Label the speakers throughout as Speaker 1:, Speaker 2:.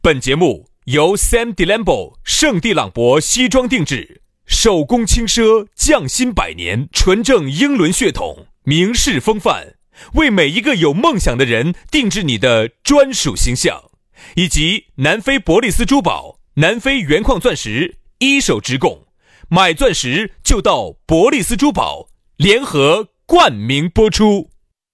Speaker 1: 本节目由 Sam Delambo 圣地朗博西装定制，手工轻奢，匠心百年，纯正英伦血统，名士风范，为每一个有梦想的人定制你的专属形象，以及南非伯利斯珠宝、南非原矿钻石一手直供，买钻石就到伯利斯珠宝，联合冠名播出。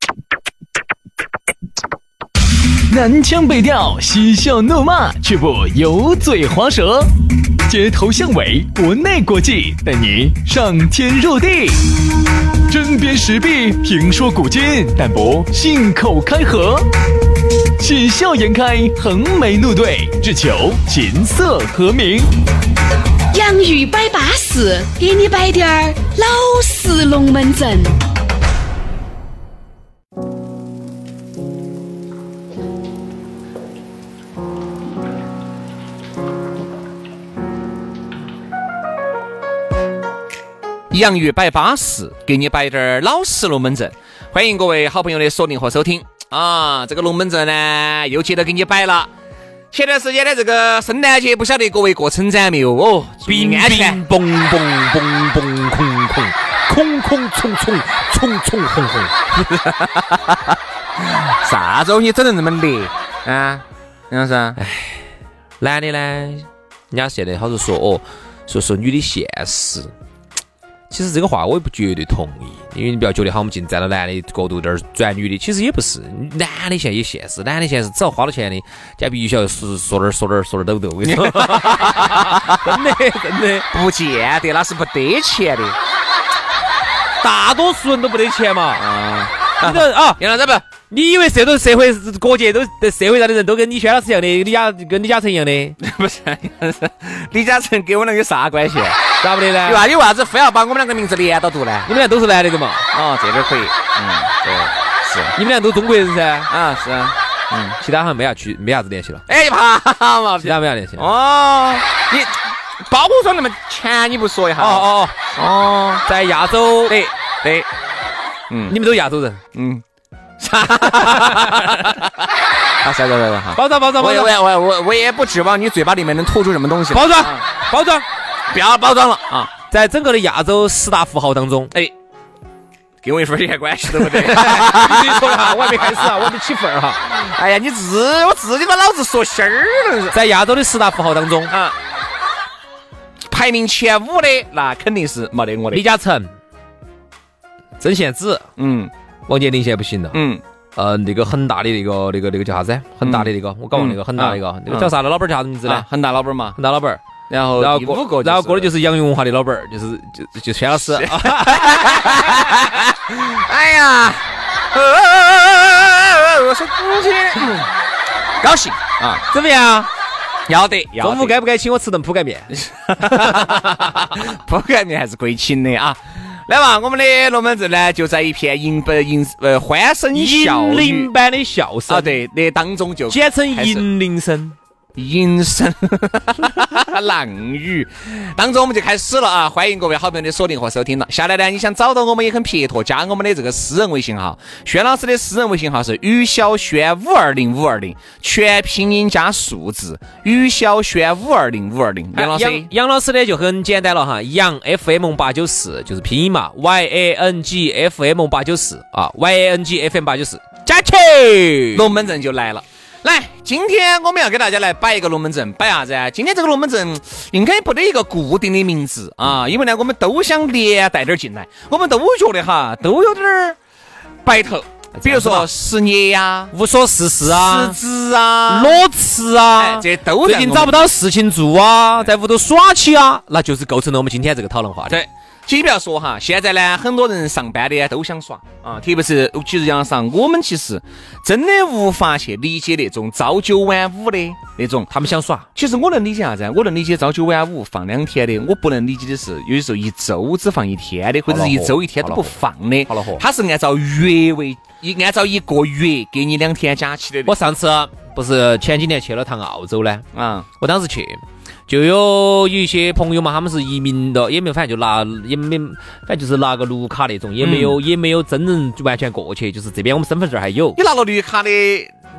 Speaker 2: 南腔北调，嬉笑怒骂，却不油嘴滑舌，街头巷尾，国内国际，带你上天入地，针砭时弊，评说古今，但不信口开河，喜笑颜开，横眉怒对，只求琴瑟和鸣。
Speaker 3: 洋芋摆巴士，给你摆点儿老式龙门阵。
Speaker 4: 洋芋摆巴士，给你摆点儿老实龙门阵。欢迎各位好朋友的锁定和收听啊！这个龙门阵呢，又接着给你摆了。前段时间的这个圣诞节，不晓得各位过成展没有哦？
Speaker 1: 冰
Speaker 4: 安全，
Speaker 1: 嘣嘣嘣嘣空空空空冲冲冲冲轰轰。
Speaker 4: 啥子你整得那么烈啊？杨老师，
Speaker 5: 哎，男的呢，人家现在好多说哦，说女的现实。其实这个话我也不绝对同意，因为你不要觉得好，我们尽站到男的角度这儿转女的，其实也不是，男的现在也现实，男的现实只要花了钱的，人家必须要说点抖抖，我跟你说，真的
Speaker 4: 不见得，那是不得钱的，
Speaker 5: 大多数人都不得钱嘛啊！
Speaker 4: 杨老师不，
Speaker 5: 你以为社会各界都社会上的人都跟李轩老师一样的，跟李嘉诚一样的？
Speaker 4: 不是，李嘉诚跟我们有啥关系？
Speaker 5: 咋不得呢？
Speaker 4: 你为啥子非要把我们两个名字连到读呢？
Speaker 5: 你们俩都是男的嘛？
Speaker 4: 哦，这点可以。对，是。
Speaker 5: 你们俩都中国人噻？
Speaker 4: 啊，是啊。
Speaker 5: 其他好像没啥子联系了。
Speaker 4: 哎，怕嘛？
Speaker 5: 其他没啥联系了。
Speaker 4: 哦，你包括说那么钱，你不说一下？
Speaker 5: 哦，在亚洲，
Speaker 4: 对。
Speaker 5: 你们都亚洲人。
Speaker 4: 啥？啊，是哈。
Speaker 5: 包装。
Speaker 4: 我也不指望你嘴巴里面能吐出什么东西。
Speaker 5: 包装，
Speaker 4: 不要包装了啊！
Speaker 5: 在整个的亚洲10大富豪当中，
Speaker 4: 哎，跟我一分钱关系都不得。
Speaker 5: 你说哈，我还没开始啊，我还没起份儿哈。
Speaker 4: 哎呀，我自己把老子说心儿了。
Speaker 5: 在亚洲的10大富豪当中啊，
Speaker 4: 排名前5的那肯定是没得我的。
Speaker 5: 李嘉诚、曾宪梓，王健林现在不行了，那个恒大的那个叫啥子？恒大的那个，我搞忘那个恒大那个叫啥的老板叫啥名字呢？
Speaker 4: 恒大老板嘛，
Speaker 5: 恒大老板。然后过的就是洋芋文化的老板，就轩老师。
Speaker 4: 哎呀，我说高兴啊，
Speaker 5: 怎么样？
Speaker 4: 要得。
Speaker 5: 中午该不该请我吃顿铺盖面？
Speaker 4: 铺盖面还是可以请的啊。来吧，我们的龙门阵呢，就在一片欢声笑语、
Speaker 5: 银铃般的笑声
Speaker 4: 啊，对，那当中就
Speaker 5: 简称银铃声。
Speaker 4: 银声浪语当中我们就开始了啊！欢迎各位好朋友的锁定和收听了。下来呢，你想找到我们也很撇脱，加我们的这个私人微信号，轩老师的私人微信号是于小轩520520，全拼音加数字，于小轩520520。
Speaker 5: 杨老师呢就很简单了哈，杨 FM894就是拼音嘛 ，YANG FM894啊 ，YANG FM894，加起
Speaker 4: 龙门阵就来了。来，今天我们要给大家来摆一个龙门阵，摆啥子啊？今天这个龙门阵应该不得一个固定的名字啊，因为呢，我们都想连带点进来，我们都觉得哈，都有点摆头。比如说失业呀、
Speaker 5: 无所事事啊、
Speaker 4: 辞职啊、
Speaker 5: 裸辞啊，
Speaker 4: 这都
Speaker 5: 最近找不到事情做啊，在屋头耍起啊，那就是构成了我们今天这个讨论话题。
Speaker 4: 对。其实不要说哈，现在呢，很多人上班的都想耍啊，特别是其实杨上，我们其实真的无法去理解那种朝9晚5的那种，
Speaker 5: 他们想耍。
Speaker 4: 其实我能理解啥子？我能理解朝9晚5放2天的，我不能理解的是有的时候一周只放1天的，或者是一周1天都不放的。他是按照月按照1个月给你2天假期的。
Speaker 5: 我上次不是前几年去了趟澳洲呢，我当时去。就有一些朋友嘛，他们是移民的，也没有，反正就拿就是拿个绿卡那种，也没有真正完全过去，就是这边我们身份证还有。
Speaker 4: 你拿了绿卡的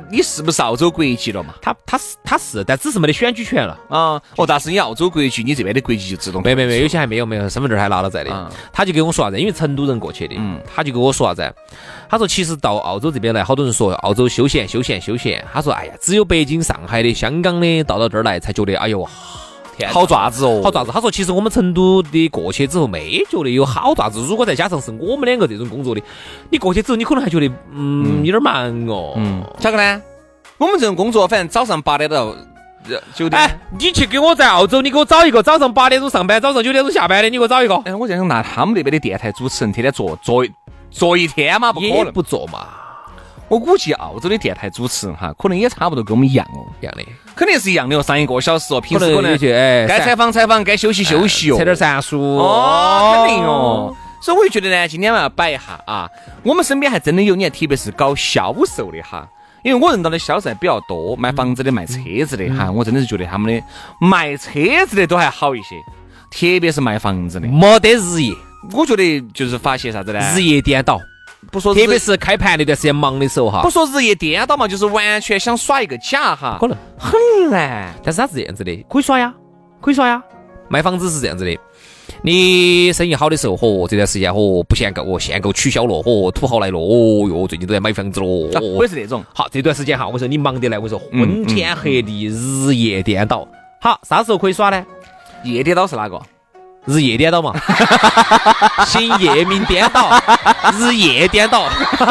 Speaker 4: 你是不是澳洲国籍了嘛？
Speaker 5: 他是，但只是没得选举权了
Speaker 4: 啊。但是你澳洲国籍，你这边的国籍就自动
Speaker 5: 没，有些还没有，身份证还拿了在的。他就跟我说啥子，因为成都人过去的，他就跟我说啥子，他说其实到澳洲这边来，好多人说澳洲休闲，他说哎呀，只有北京、上海的、香港的到这儿来才觉得哎呦。
Speaker 4: 好爪子哦，
Speaker 5: 好爪子。他说其实我们成都的过去之后没觉得有好爪子，如果再加上是我们两个这种工作的，你过去之后你可能还觉得有点忙哦。
Speaker 4: 咋个呢？我们这种工作反正早上8点到9点。
Speaker 5: 你去给我在澳洲，你给我找一个早上8点钟上班，早上9点钟下班的，你给我找一个。
Speaker 4: 我这样拿他们那边的电台主持人天天做一天嘛，不可能
Speaker 5: 也不做嘛。
Speaker 4: 我估计澳洲的电台主持人哈，可能也差不多跟我们一样哦，
Speaker 5: 一样的，
Speaker 4: 肯定是一样的哦，上1个小时哦，平时可能该采访，该休息哦，
Speaker 5: 扯点散书
Speaker 4: 哦，肯定哦。所以我就觉得呢，今天我要摆一下啊，我们身边还真的有，你看，特别是搞销售的哈，因为我认到的销售比较多，卖房子的、卖车子的哈，我真的是觉得他们的卖车子的都还好一些，特别是卖房子的，
Speaker 5: 没得日夜，
Speaker 4: 我觉得就是发些啥子呢？
Speaker 5: 日夜颠倒。
Speaker 4: 不说，
Speaker 5: 特别是开盘那段时间忙的时候哈，
Speaker 4: 不说日夜颠倒嘛，就是完全想耍一个假哈，
Speaker 5: 可能
Speaker 4: 很难。
Speaker 5: 但是他是这样子的，可以耍呀。卖房子是这样子的，你生意好的时候，这段时间不限购，限购取消了，土豪来了，最近都在买房子了，
Speaker 4: 我也是那种。
Speaker 5: 好，这段时间哈，我说你忙得来，我说昏天黑地，日夜颠倒。好，啥时候可以耍呢？
Speaker 4: 夜颠倒是哪个？
Speaker 5: 日夜颠倒嘛，行夜明颠倒，日夜颠倒。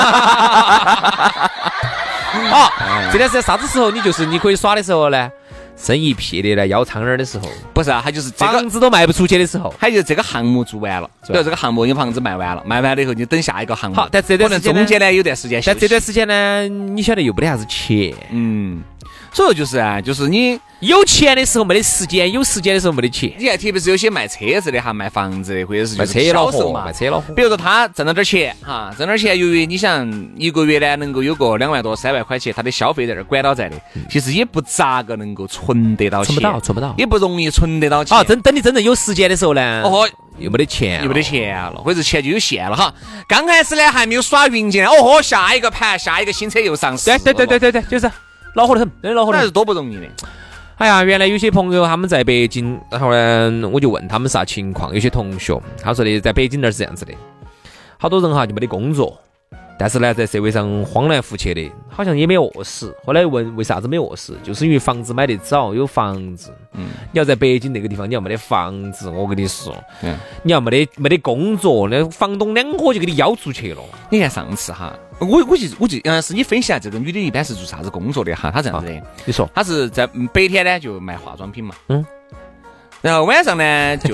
Speaker 5: 好，这段时间啥子时候你可以耍的时候呢？生意屁的来腰苍耳的时候，
Speaker 4: 不是啊，他就是这个
Speaker 5: 房子都卖不出去的时候，
Speaker 4: 还有这个项目做完了，比如这个项目你房子卖完了，卖完了以后你等下一个项目。
Speaker 5: 好，但这段时间
Speaker 4: 中间呢有段时间休息，
Speaker 5: 但这段时间呢，你晓得又没得啥子钱，
Speaker 4: 所以就是啊，就是你
Speaker 5: 有钱的时候没得时间，有时间的时候没得钱。
Speaker 4: 你看，特别是有些卖车子的哈，卖房子的，或者是
Speaker 5: 卖车老货嘛，卖车老货。
Speaker 4: 比如说他挣了点钱哈，挣点钱，由于你想一个月呢能够有个2万多、3万块钱，他的消费在这儿管到在的，其实也不咋个能够存得到钱，
Speaker 5: 存不到，
Speaker 4: 也不容易存得到钱。
Speaker 5: 好，等你真正有时间的时候呢，又没得钱
Speaker 4: 了，或者钱就有限了哈。刚开始呢还没有耍匀进来，下一个盘，下一个新车又上市。
Speaker 5: 对，就是恼火得很，真的恼火得很，
Speaker 4: 那是多不容易的。
Speaker 5: 哎呀，原来有些朋友他们在北京，然后呢，我就问他们啥情况。有些同学他说的，在北京那儿是这样子的，好多人哈就没得工作，但是呢，在社会上晃来覆去的，好像也没饿死。后来问为啥子没饿死，就是因为房子买得早，有房子。你要在北京那个地方，你要没得房子，我跟你说，你要没得工作，那房东2伙就给你邀出去了。
Speaker 4: 你看上次哈，我是你分析下这个女的一般是做啥子工作的哈？她这样子的，
Speaker 5: 你说
Speaker 4: 她是在白天呢就卖化妆品嘛，然后晚上呢就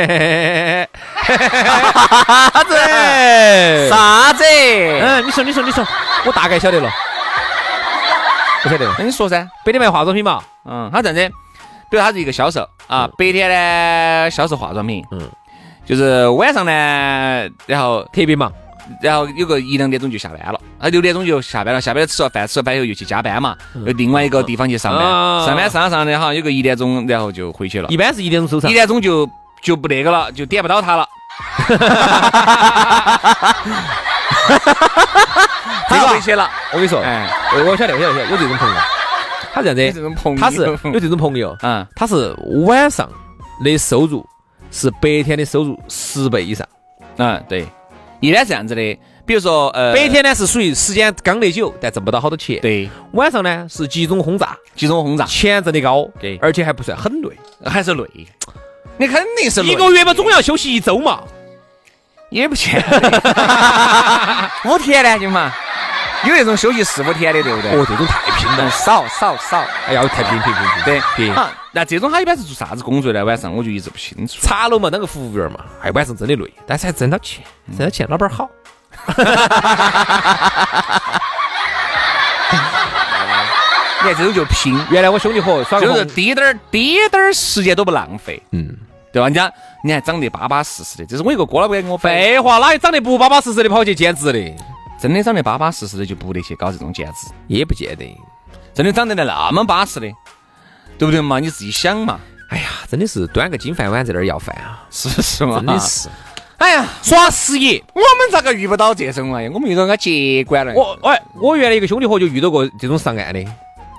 Speaker 4: 啥子？
Speaker 5: 你说，我大概晓得了。不晓得，
Speaker 4: 那你说噻，
Speaker 5: 白天卖化妆品嘛？
Speaker 4: 他这样子，比如他是一个销售啊，白天呢销售化妆品，就是晚上呢，然后
Speaker 5: 特别忙，
Speaker 4: 然后有个1-2点钟就下班了，6点钟就下班了，下班吃了饭以后又去加班嘛，又另外一个地方去上班，上班上的哈，有个1点钟，然后就回去了。
Speaker 5: 一般是1点钟收场
Speaker 4: ，1点钟就不那个了，就点不到他了。这个回去了，
Speaker 5: 我跟你说，我晓得，有这种朋友，他这样子，他是有这种朋友，他是晚上的收入是白天的收入10倍以上，
Speaker 4: 对，一般这样子的，比如说
Speaker 5: 白天呢是属于时间刚得久，但挣不到好多钱，
Speaker 4: 对，
Speaker 5: 晚上呢是集中轰炸，钱挣得高，
Speaker 4: 对，
Speaker 5: 而且还不算很累，
Speaker 4: 还是累，你肯定是累，
Speaker 5: 一个月嘛总要休息1周嘛。
Speaker 4: 也不见5天呢，行吗？有那种休息4-5天的，对不对？
Speaker 5: 这种太拼了，
Speaker 4: 少。
Speaker 5: 哎呀，太拼，
Speaker 4: 对。那这种他一般是做啥子工作呢？晚上我就一直不清楚。
Speaker 5: 茶楼嘛，当个服务员嘛，晚上真的累，但是还挣到钱，老板好。
Speaker 4: 你看这种就拼。
Speaker 5: 原来我兄弟伙耍
Speaker 4: 就是滴点儿时间都不浪费，对吧？你还长得巴巴适适的，这是我一个哥老倌给我
Speaker 5: 废话，哪有长得不巴巴适适的跑去兼职的？
Speaker 4: 真的长得巴巴适适的就不得去搞这种兼职，
Speaker 5: 也不见得。
Speaker 4: 真的长得那么巴适的，对不对嘛？你自己想嘛。
Speaker 5: 哎呀，真的是端个金饭碗在那儿要饭啊，
Speaker 4: 是吗？
Speaker 5: 真的是。
Speaker 4: 哎呀，
Speaker 5: 耍失业。
Speaker 4: 我们咋个遇不到这种玩意？我们遇到个接管了。
Speaker 5: 我原来一个兄弟伙就遇到过这种上岸的，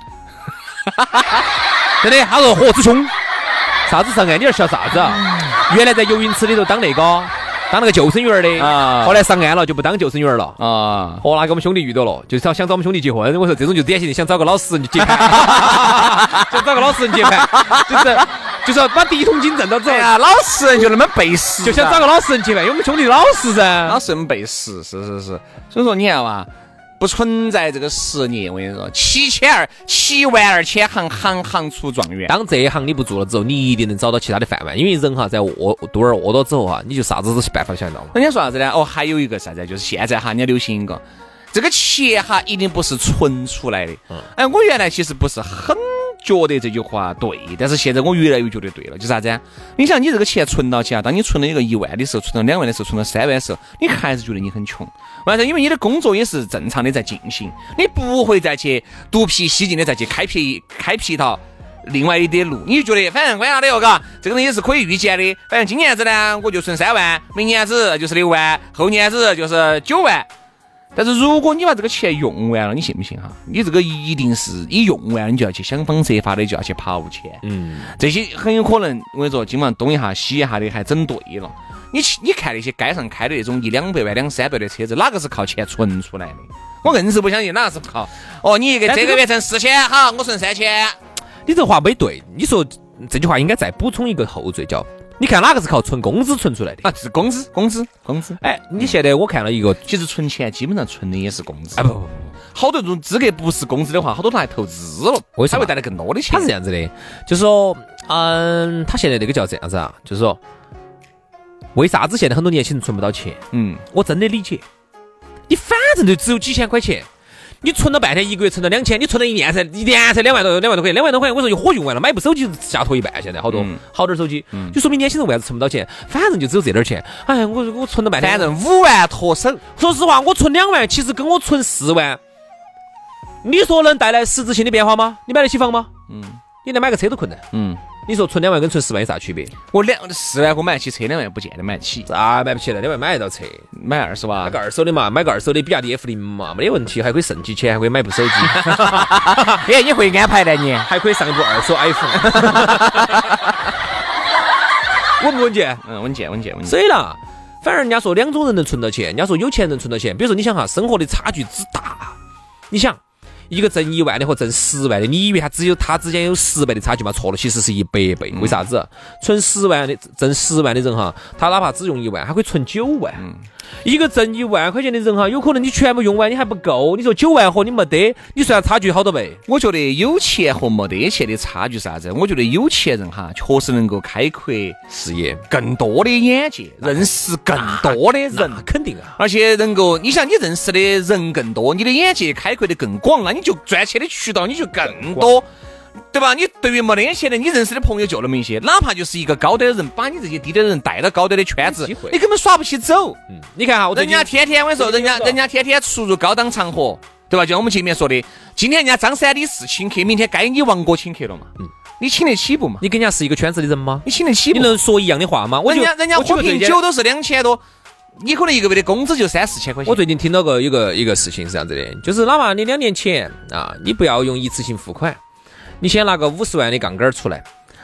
Speaker 5: 真的，他说何子兄，啥子上岸？你是笑啥子啊？原来在游泳池里头当那个救生员的啊，后来上岸了就不当救生员了啊。那个我们兄弟遇到了，就想找我们兄弟结婚。我说这种就典型的想找个老实人结盘，想找个老实人结盘，就是要把第一桶金挣到之后，
Speaker 4: 老实人就那么背时，
Speaker 5: 就想找个老实人结盘，因为我们兄弟老实噻，
Speaker 4: 老实人背时，是。所以说你看嘛，不存在这个10年，我跟你说，72000行出状元。
Speaker 5: 当这一行你不做了之后，你一定能找到其他的饭碗，因为人哈在肚儿饿到之后哈，你就啥子都是办法想到了。
Speaker 4: 人家说啥子呢？还有一个啥子，就是现在哈，人家流行一个，这个钱哈一定不是存出来的。我原来其实不是很觉得这句话对，但是现在我越来越觉得对了，就啥子啊？你想你这个钱存到起啊，当你存了一个1万的时候，存到2万的时候，存到3万的时候，你还是觉得你很穷。为啥？因为你的工作也是正常的在进行，你不会再去独辟蹊径的再去开辟一条另外一点路，你就觉得反正关哪里哟，嘎，这个人也是可以预见的。反正今年子呢，我就存3万，明年子就是6万，后年子就是9万。但是如果你把这个钱用完了，你信不信哈？你这个一定是一用完了，你就要去想方设法的就要去刨钱。这些很有可能我跟你说，今晚东一下西一下的还整对了。你看那些街上开的那种100-200万、200-300的车子，哪个是靠钱存出来的？我硬是不相信哪个是靠。你这个月挣4000，好，我存3000。
Speaker 5: 你这话没对，你说这句话应该再补充一个后缀叫。你看哪个是靠存工资存出来的
Speaker 4: 啊？是工资。
Speaker 5: 你现在我看了一个，
Speaker 4: 其实存钱基本上存的也是工资啊。不，好多这种资格不是工资的话，好多都来投资了，
Speaker 5: 为什么
Speaker 4: 会带来更多的钱？
Speaker 5: 他是这样子的，就是说，他现在这个叫这样子啊，就是说，为啥子现在很多年轻人存不到钱？我真的理解，你反正就只有几千块钱。你存了半天，一个月存到2000，你存了一年才2万多块钱，2万多块钱，我说一火用完了，买部手机下脱一半，现在好点手机，就说明年轻人为啥子存不到钱？反正就只有这点钱。哎，我存了半天，
Speaker 4: 反正5万脱手。
Speaker 5: 说实话，我存2万，其实跟我存4万，你说能带来实质性的变化吗？你买得起房吗？你连买个车都困难。你说存2万跟存4万有啥区别？
Speaker 4: 我4万我买得起车，2万不见得买得起。
Speaker 5: 买不起了，2万买得到车，
Speaker 4: 买20万，
Speaker 5: 买个二手的嘛，买个二手的比亚迪 F0嘛，没得问题，还可以剩几千，还可以买部手机。
Speaker 4: 你会安排的，你
Speaker 5: 还可以上一部二手 iPhone。稳不稳健？
Speaker 4: 稳健。
Speaker 5: 所以啦，反而人家说2种人能存到钱，人家说有钱人存到钱。比如说你想哈，生活的差距之大，你想。一个挣1万的和挣10万的，你以为他之间有10倍的差距吗？错了，其实是100倍。为啥子？存10万的、挣10万的人哈，他哪怕只用1万，还可以存9万。一个挣1万块钱的人哈，有可能你全部用完，你还不够。你说9万和你没得，你算差距好多倍？
Speaker 4: 我觉得有钱和没得钱的差距是啥子？我觉得有钱人哈，确实能够开阔
Speaker 5: 视野，
Speaker 4: 更多的眼界，认识更多的人，
Speaker 5: 肯定啊。
Speaker 4: 而且能够，你想你认识的人更多，你的眼界开阔的更广，那你就赚钱的渠道你就更多。对吧？你对于没得钱的，你认识的朋友就那么一些，哪怕就是一个高端的人，把你这些低端的人带到高端的圈子，你根本耍不起走。
Speaker 5: 你看哈，
Speaker 4: 人家天天我跟你说，人家天天出入高档场合，对吧？就像我们前面说的，今天人家张三李四请客，明天该你王哥请客了嘛？你请得起不嘛？
Speaker 5: 你跟人家是一个圈子的人吗？
Speaker 4: 你请得起不？
Speaker 5: 你能说一样的话吗？
Speaker 4: 人家喝瓶酒都是2000多。你可能一个月的工资就3-4千块钱。
Speaker 5: 我最近听到过一个事情是这样子的，就是哪怕你2年前啊，你不要用一次性付款。你先拿个50万的杠杆出来，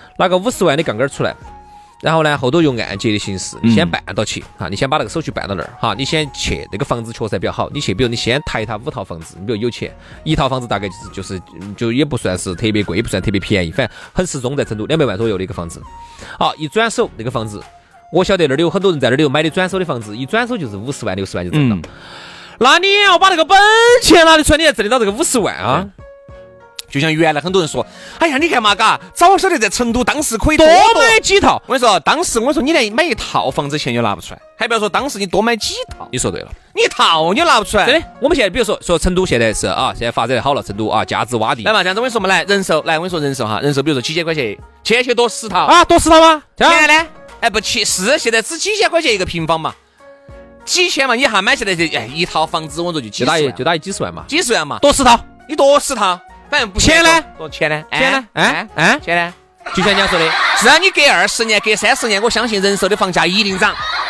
Speaker 5: 然后呢，后头用按揭的形式，你先办到起哈，你先把那个手续办到那儿哈，你先去那个房子确实比较好，你去，比如你先抬他5套房子，你比如有钱，1套房子大概就也不算是特别贵，也不算特别便宜，反正很适中，在成都200万左右的一个房子。好，一转手那个房子，我晓得那儿有很多人在那儿有买的转手的房子，一转手就是50万60万就挣了。那你要把那个本钱哪里出来，你才挣得到这个50万啊？
Speaker 4: 就像原来很多人说，哎呀，你看嘛，嘎，早晓得在成都当时可以
Speaker 5: 多买几套。
Speaker 4: 我跟你说，当时我说你连买一套房子钱就拿不出来，还不要说当时你多买几套。
Speaker 5: 你说对了，
Speaker 4: 你一套你拿不出来。
Speaker 5: 真的，我们现在比如说成都现在是啊，现在发展的好了，成都啊价值洼地。
Speaker 4: 来嘛，这样子我跟你说嘛，来人寿，来我跟你说人寿哈，人寿比如说几千块钱，去多10套
Speaker 5: 啊，多10套吗？
Speaker 4: 现在呢？哎不去是现在只几千块钱一个平方嘛，几千嘛，你还买下来这一套房子，我说就几十万，
Speaker 5: 就打几十万嘛，
Speaker 4: 几十万嘛，
Speaker 5: 多10套，
Speaker 4: 你多10套。反正不
Speaker 5: 钱呢？
Speaker 4: 多钱呢？
Speaker 5: 钱呢？
Speaker 4: 钱呢？
Speaker 5: 就像人家说的，
Speaker 4: 只要你隔20年、隔30年，我相信人寿的房价一定涨。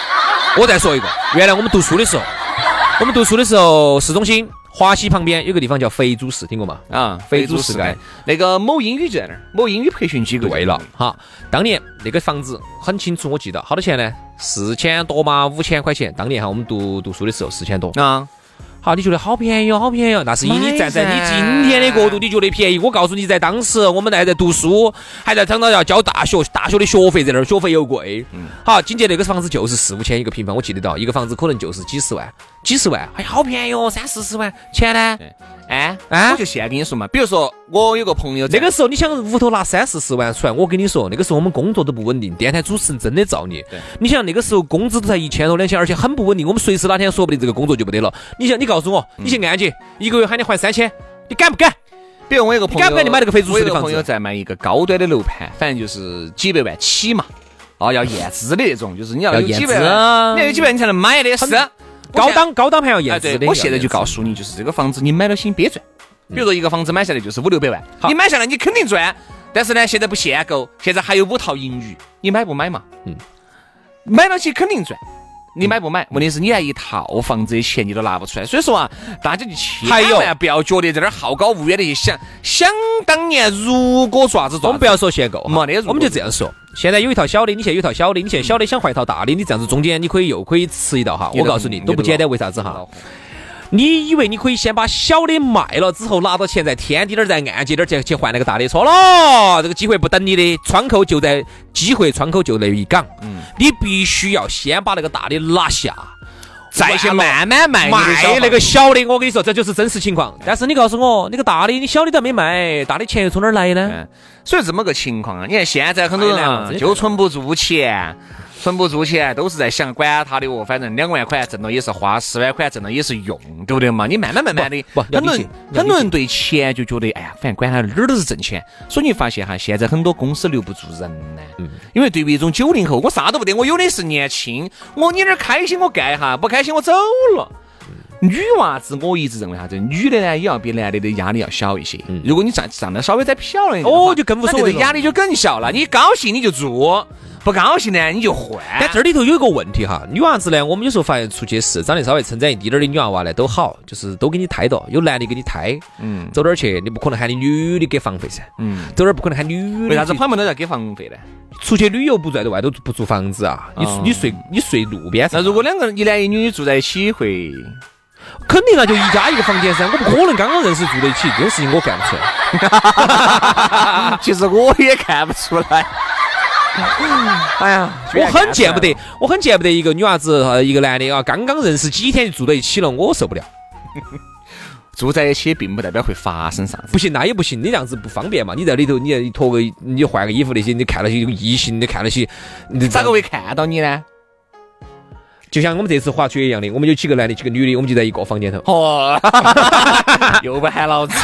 Speaker 5: 我再说一个，原来我们读书的时候，市中心华西旁边有个地方叫肥猪市，听过吗？
Speaker 4: 啊，
Speaker 5: 肥猪市街，
Speaker 4: 那个某英语就在那儿，某英语培训机构。
Speaker 5: 对了，哈，当年那个房子很清楚，我记得好多钱呢？4000多嘛，5000块钱。当年哈，我们读书的时候4000多
Speaker 4: 啊。
Speaker 5: 好，你觉得好便宜哦，好便宜哦。那是以你站在你今天的角度，你觉得便宜。我告诉你，在当时我们还在读书，还在想到要交大学的学费在那儿，学费又贵。好，紧接着那个房子就是4、5千一个平方，我记得到，一个房子可能就是几十万，哎，好便宜哦，30、40万。钱呢？
Speaker 4: 我就现在跟你说嘛，比如说我有个朋友，
Speaker 5: 那个时候你想屋头拿30、40万出来，我跟你说，那个时候我们工作都不稳定，电台主持人真的造孽。你想那个时候工资都才1000多2000，而且很不稳定，我们随时哪天说不定这个工作就不得了。你想，你告诉我，你去按揭一个月喊你还3000，你敢不敢？
Speaker 4: 比如我有个朋友，
Speaker 5: 敢不敢你买那个肥猪市的房子？
Speaker 4: 我有个朋友在卖一个高端的楼盘，反正就是几百万起嘛，要验资的那种，就是你要有几百万，你要有几百万你才能买的是。
Speaker 5: 高档盘要验资的。
Speaker 4: 我现在就告诉你，就是这个房子你买了心别赚。比如说一个房子买下来就是5、600万，你买下来你肯定赚，但是呢现在不限购，现在还有5套盈余，你买不买嘛？买了起肯定赚，你买不买？问题是你连一套房子的钱你都拿不出来，所以说啊，大家就千万不要觉得在那儿好高骛远的想当年如果爪子，
Speaker 5: 我们不要说限购，
Speaker 4: 没得，
Speaker 5: 我们就这样说。现在有一套小的，你现在有一套小的，你现在小的想换一套大的，你这样子中间你可以吃一道哈。我告诉你都不简单，为啥子哈？你以为你可以先把小的卖了之后拿到钱在天底那儿再按揭点去换那个大的？错了，这个机会不等你的，机会窗口就那一岗。你必须要先把那个大的拿下，
Speaker 4: 再去慢慢卖
Speaker 5: 那个小的。我跟你说，这就是真实情况。但是你告诉我，那个大的你小的都没卖，大的钱又从哪儿来呢？
Speaker 4: 所以这么个情况啊，你看现在很多人就存不住钱，都是在想管他的哦，反正2万块挣了也是花，10万块挣了也是用，对不对嘛？你慢慢的，很多人对钱就觉得，哎呀，反正管他哪儿都是挣钱。所以你发现哈，现在很多公司留不住人呢，因为对于一种90后，我啥都不得，我有的是年轻，你那儿开心我干一下，不开心我走了。女娃子我一直认为啥子，女的呢也要比男的压力要小一些。如果你长得稍微再漂亮一点，
Speaker 5: 就更无所谓了，
Speaker 4: 压力就更小了。你高兴你就做，不高兴呢你就换。
Speaker 5: 但这里头有一个问题哈，女娃子呢，我们有时候发现出去是长得稍微称赞一滴点的女娃娃呢都好，就是都给你胎到，有男的给你胎。走哪儿去你不可能喊你女的给房费噻。走哪儿不可能喊女的。
Speaker 4: 为啥子朋友们都要给房费呢？
Speaker 5: 出去旅游不在外头不住房子啊，你睡路边上。
Speaker 4: 那如果两个人一男一女住在一起会？
Speaker 5: 肯定啊，就1家1个房间噻，我不可能刚刚认识住在一起，这种事情我干不出
Speaker 4: 来。其实我也看不出来。哎呀，
Speaker 5: 我很见不得一个女娃子和一个男的啊，刚刚认识几天就住在一起了，我受不了。
Speaker 4: 住在一起并不代表会发生啥子。
Speaker 5: 不行，那也不行，你这样子不方便嘛。你在里头，你脱个，你换个衣服那些，你看那些有异性，你看那些，
Speaker 4: 你咋个会看到你呢？
Speaker 5: 就像我们这次滑雪一样的，我们有几个男的几个女的，我们就在一个房间头。
Speaker 4: 又不喊老子，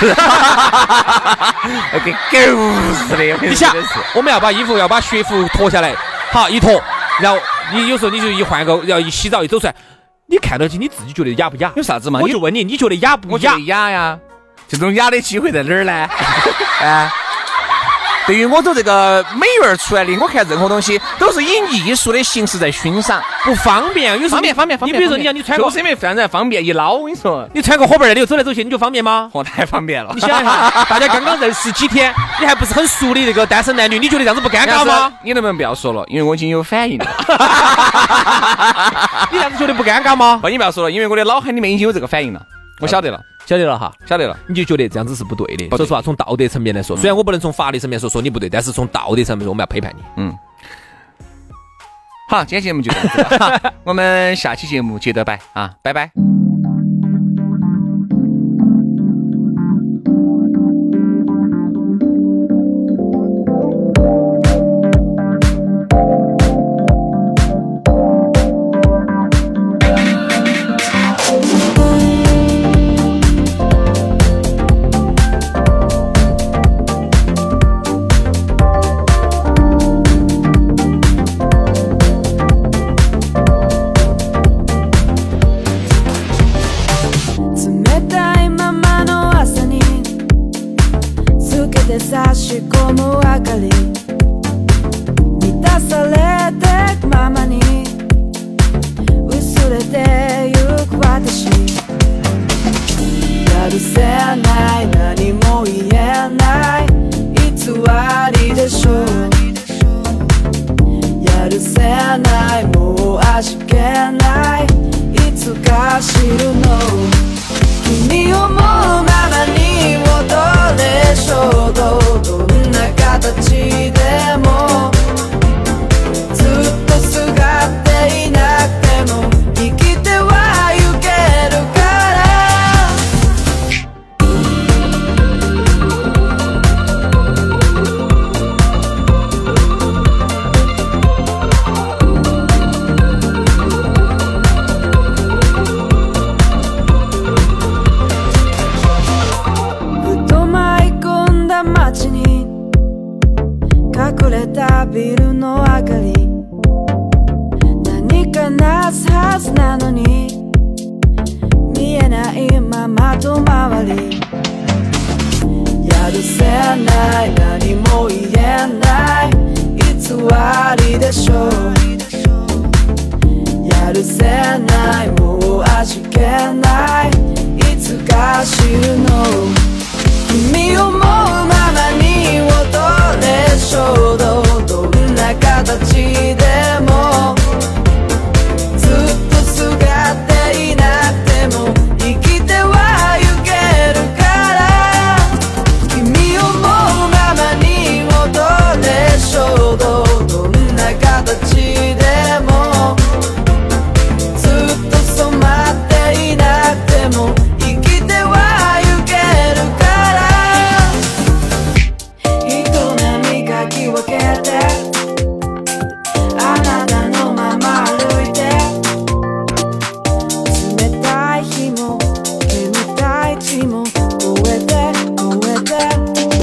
Speaker 4: 跟狗似的。
Speaker 5: 你想，我们要把衣服要把学服脱下来，好一脱，然后你有时候你就一换个，要一洗澡一走出来，你看到起你自己觉得雅不雅？
Speaker 4: 有啥子嘛？
Speaker 5: 我就问你，你觉得雅不雅？
Speaker 4: 我觉得雅呀。这种雅的机会在哪儿呢？对于我走这个美院出来的，我看任何东西都是以艺术的形式在欣赏，
Speaker 5: 不方便。有时候
Speaker 4: 方便。
Speaker 5: 你比如说，你穿个，
Speaker 4: 就是因为现在方便一捞，我跟你说，
Speaker 5: 你穿个火盆儿，你走来走去，你就方便吗？
Speaker 4: 太方便了。
Speaker 5: 你想一下，大家刚刚认识几天，你还不是很熟的那个单身男女，你觉得这样子不尴尬吗？
Speaker 4: 你能不能不要说了？因为我已经有反应了。
Speaker 5: 你这样子觉得不尴尬吗？
Speaker 4: 你不要说了，因为我的脑海里面已经有这个反应了，我晓得了。
Speaker 5: 晓得了哈，
Speaker 4: 晓得了，
Speaker 5: 你就觉得这样子是不对的。说实话，从道德层面来说，虽然我不能从法律层面说你不对，但是从道德层面说，我们要批判你。
Speaker 4: 好，今天节目就这样子了，我们下期节目接着摆啊，拜拜。
Speaker 6: 隠れたビルの明かり何かなすはずなのに見えないまま遠回りやるせない何も言えない偽りでしょうやるせないもう味気ないいつか知るの君思うままに踊れ衝動どんな形でもずっとすがっていなくても生きてはゆけるから君思うままに踊れ衝動どんな形でもずっと染まっていなくても生きてはゆけるから人波かき分けてあなたのまま歩いて冷たい日も煙たい地も越えて越えて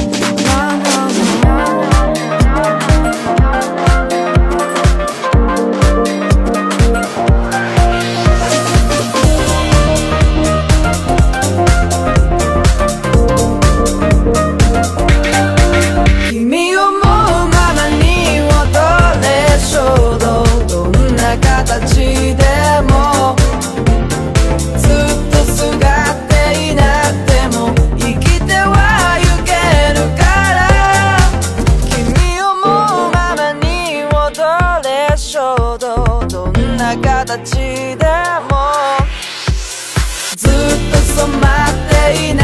Speaker 6: 君思うままに踊れ衝動どんな形でもずっとすがっていなくても生きてはゆけるから君思うままに踊れ衝動どんな形でもずっと染まっていな